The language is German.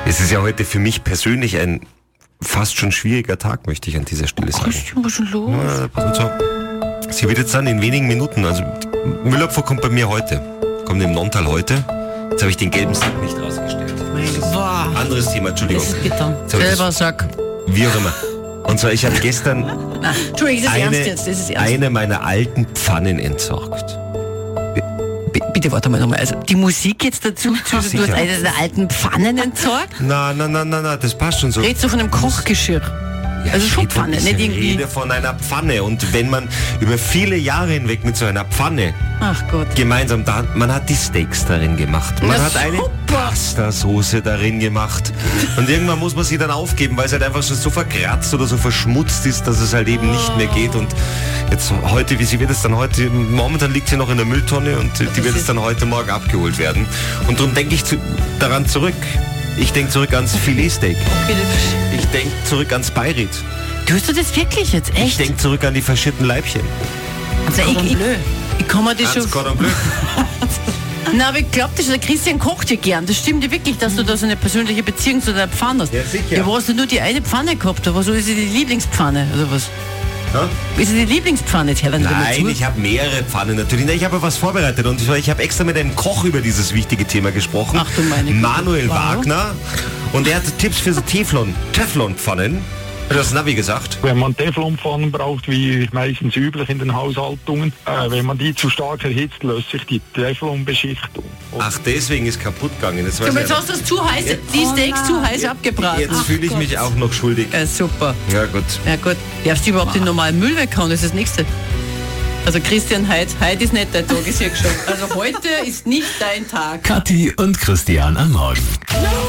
Es ist ja heute für mich persönlich ein fast schon schwieriger Tag, möchte ich an dieser Stelle sagen. Was ist schon los? Na, pass uns auf. Sie wird jetzt dann in wenigen Minuten, also Müllabfuhr kommt bei mir heute. Kommt im Nonntal heute. Jetzt habe ich den gelben Sack nicht rausgestellt. Boah. Anderes Thema, Entschuldigung. Das ist bitter. Selber Sack. Wie auch immer. Und zwar, ich habe gestern Entschuldigung, das ist ernst jetzt. Das ist ernst. eine meiner alten Pfannen entsorgt. Bitte warte mal nochmal. Also die Musik jetzt dazu, du hast sicher. eine der alten Pfannen entsorgt? Na, das passt schon so. Redest du von einem Kochgeschirr? Ja, Also ich schon rede von- Pfanne, nicht irgendwie. Ich rede von einer Pfanne. Und wenn man über viele Jahre hinweg mit so einer Pfanne Ach Gott. gemeinsam, man hat die Steaks darin gemacht. Man Na, hat eine super. Pasta-Soße darin gemacht. Und irgendwann muss man sie dann aufgeben, weil es halt einfach schon so verkratzt oder so verschmutzt ist, dass es halt eben nicht mehr geht. Und jetzt heute, wie sie wird es dann heute, momentan liegt sie noch in der Mülltonne und die wird es dann heute Morgen abgeholt werden. Und darum denke ich daran zurück. Ich denke zurück ans Filetsteak. Okay, Ich denke zurück ans Beirit. tust du das wirklich jetzt? Ich Echt? denke zurück an die verschierten Leibchen. Also ich kann mir das schon... Ans Cordon Bleu. Na, aber ich glaube, der Christian kocht ja gern. Das stimmt ja wirklich, dass du da so eine persönliche Beziehung zu deiner Pfanne hast. Ja, sicher. Ja, wo hast du nur die eine Pfanne gehabt? Aber so ist sie die Lieblingspfanne, oder was? Ja? Ist sie die Lieblingspfanne? Jetzt hör dann Nein, dazu. ich habe mehrere Pfannen natürlich. Nein, ich habe was vorbereitet und ich habe extra mit einem Koch über dieses wichtige Thema gesprochen. Ach du meine Güte. Manuel Wow. Wagner. Und er hat Tipps für so Teflon-Pfannen. Hat das Navi gesagt? Wenn man Teflonpfannen braucht, wie meistens üblich in den Haushaltungen, wenn man die zu stark erhitzt, löst sich die Teflonbeschichtung. Ach, deswegen ist kaputt gegangen. Jetzt, weiß Aber ich jetzt hast du das zu heiß, die Steaks zu heiß abgebraten. jetzt fühle ich mich auch noch schuldig. Super. Ja, gut. Ja gut. Darfst du überhaupt den normalen Müll weghauen? Das ist das Nächste. Also Christian, heute ist nicht dein Tag, ich sehe schon. Also heute ist nicht dein Tag. Kathi und Christian am Morgen.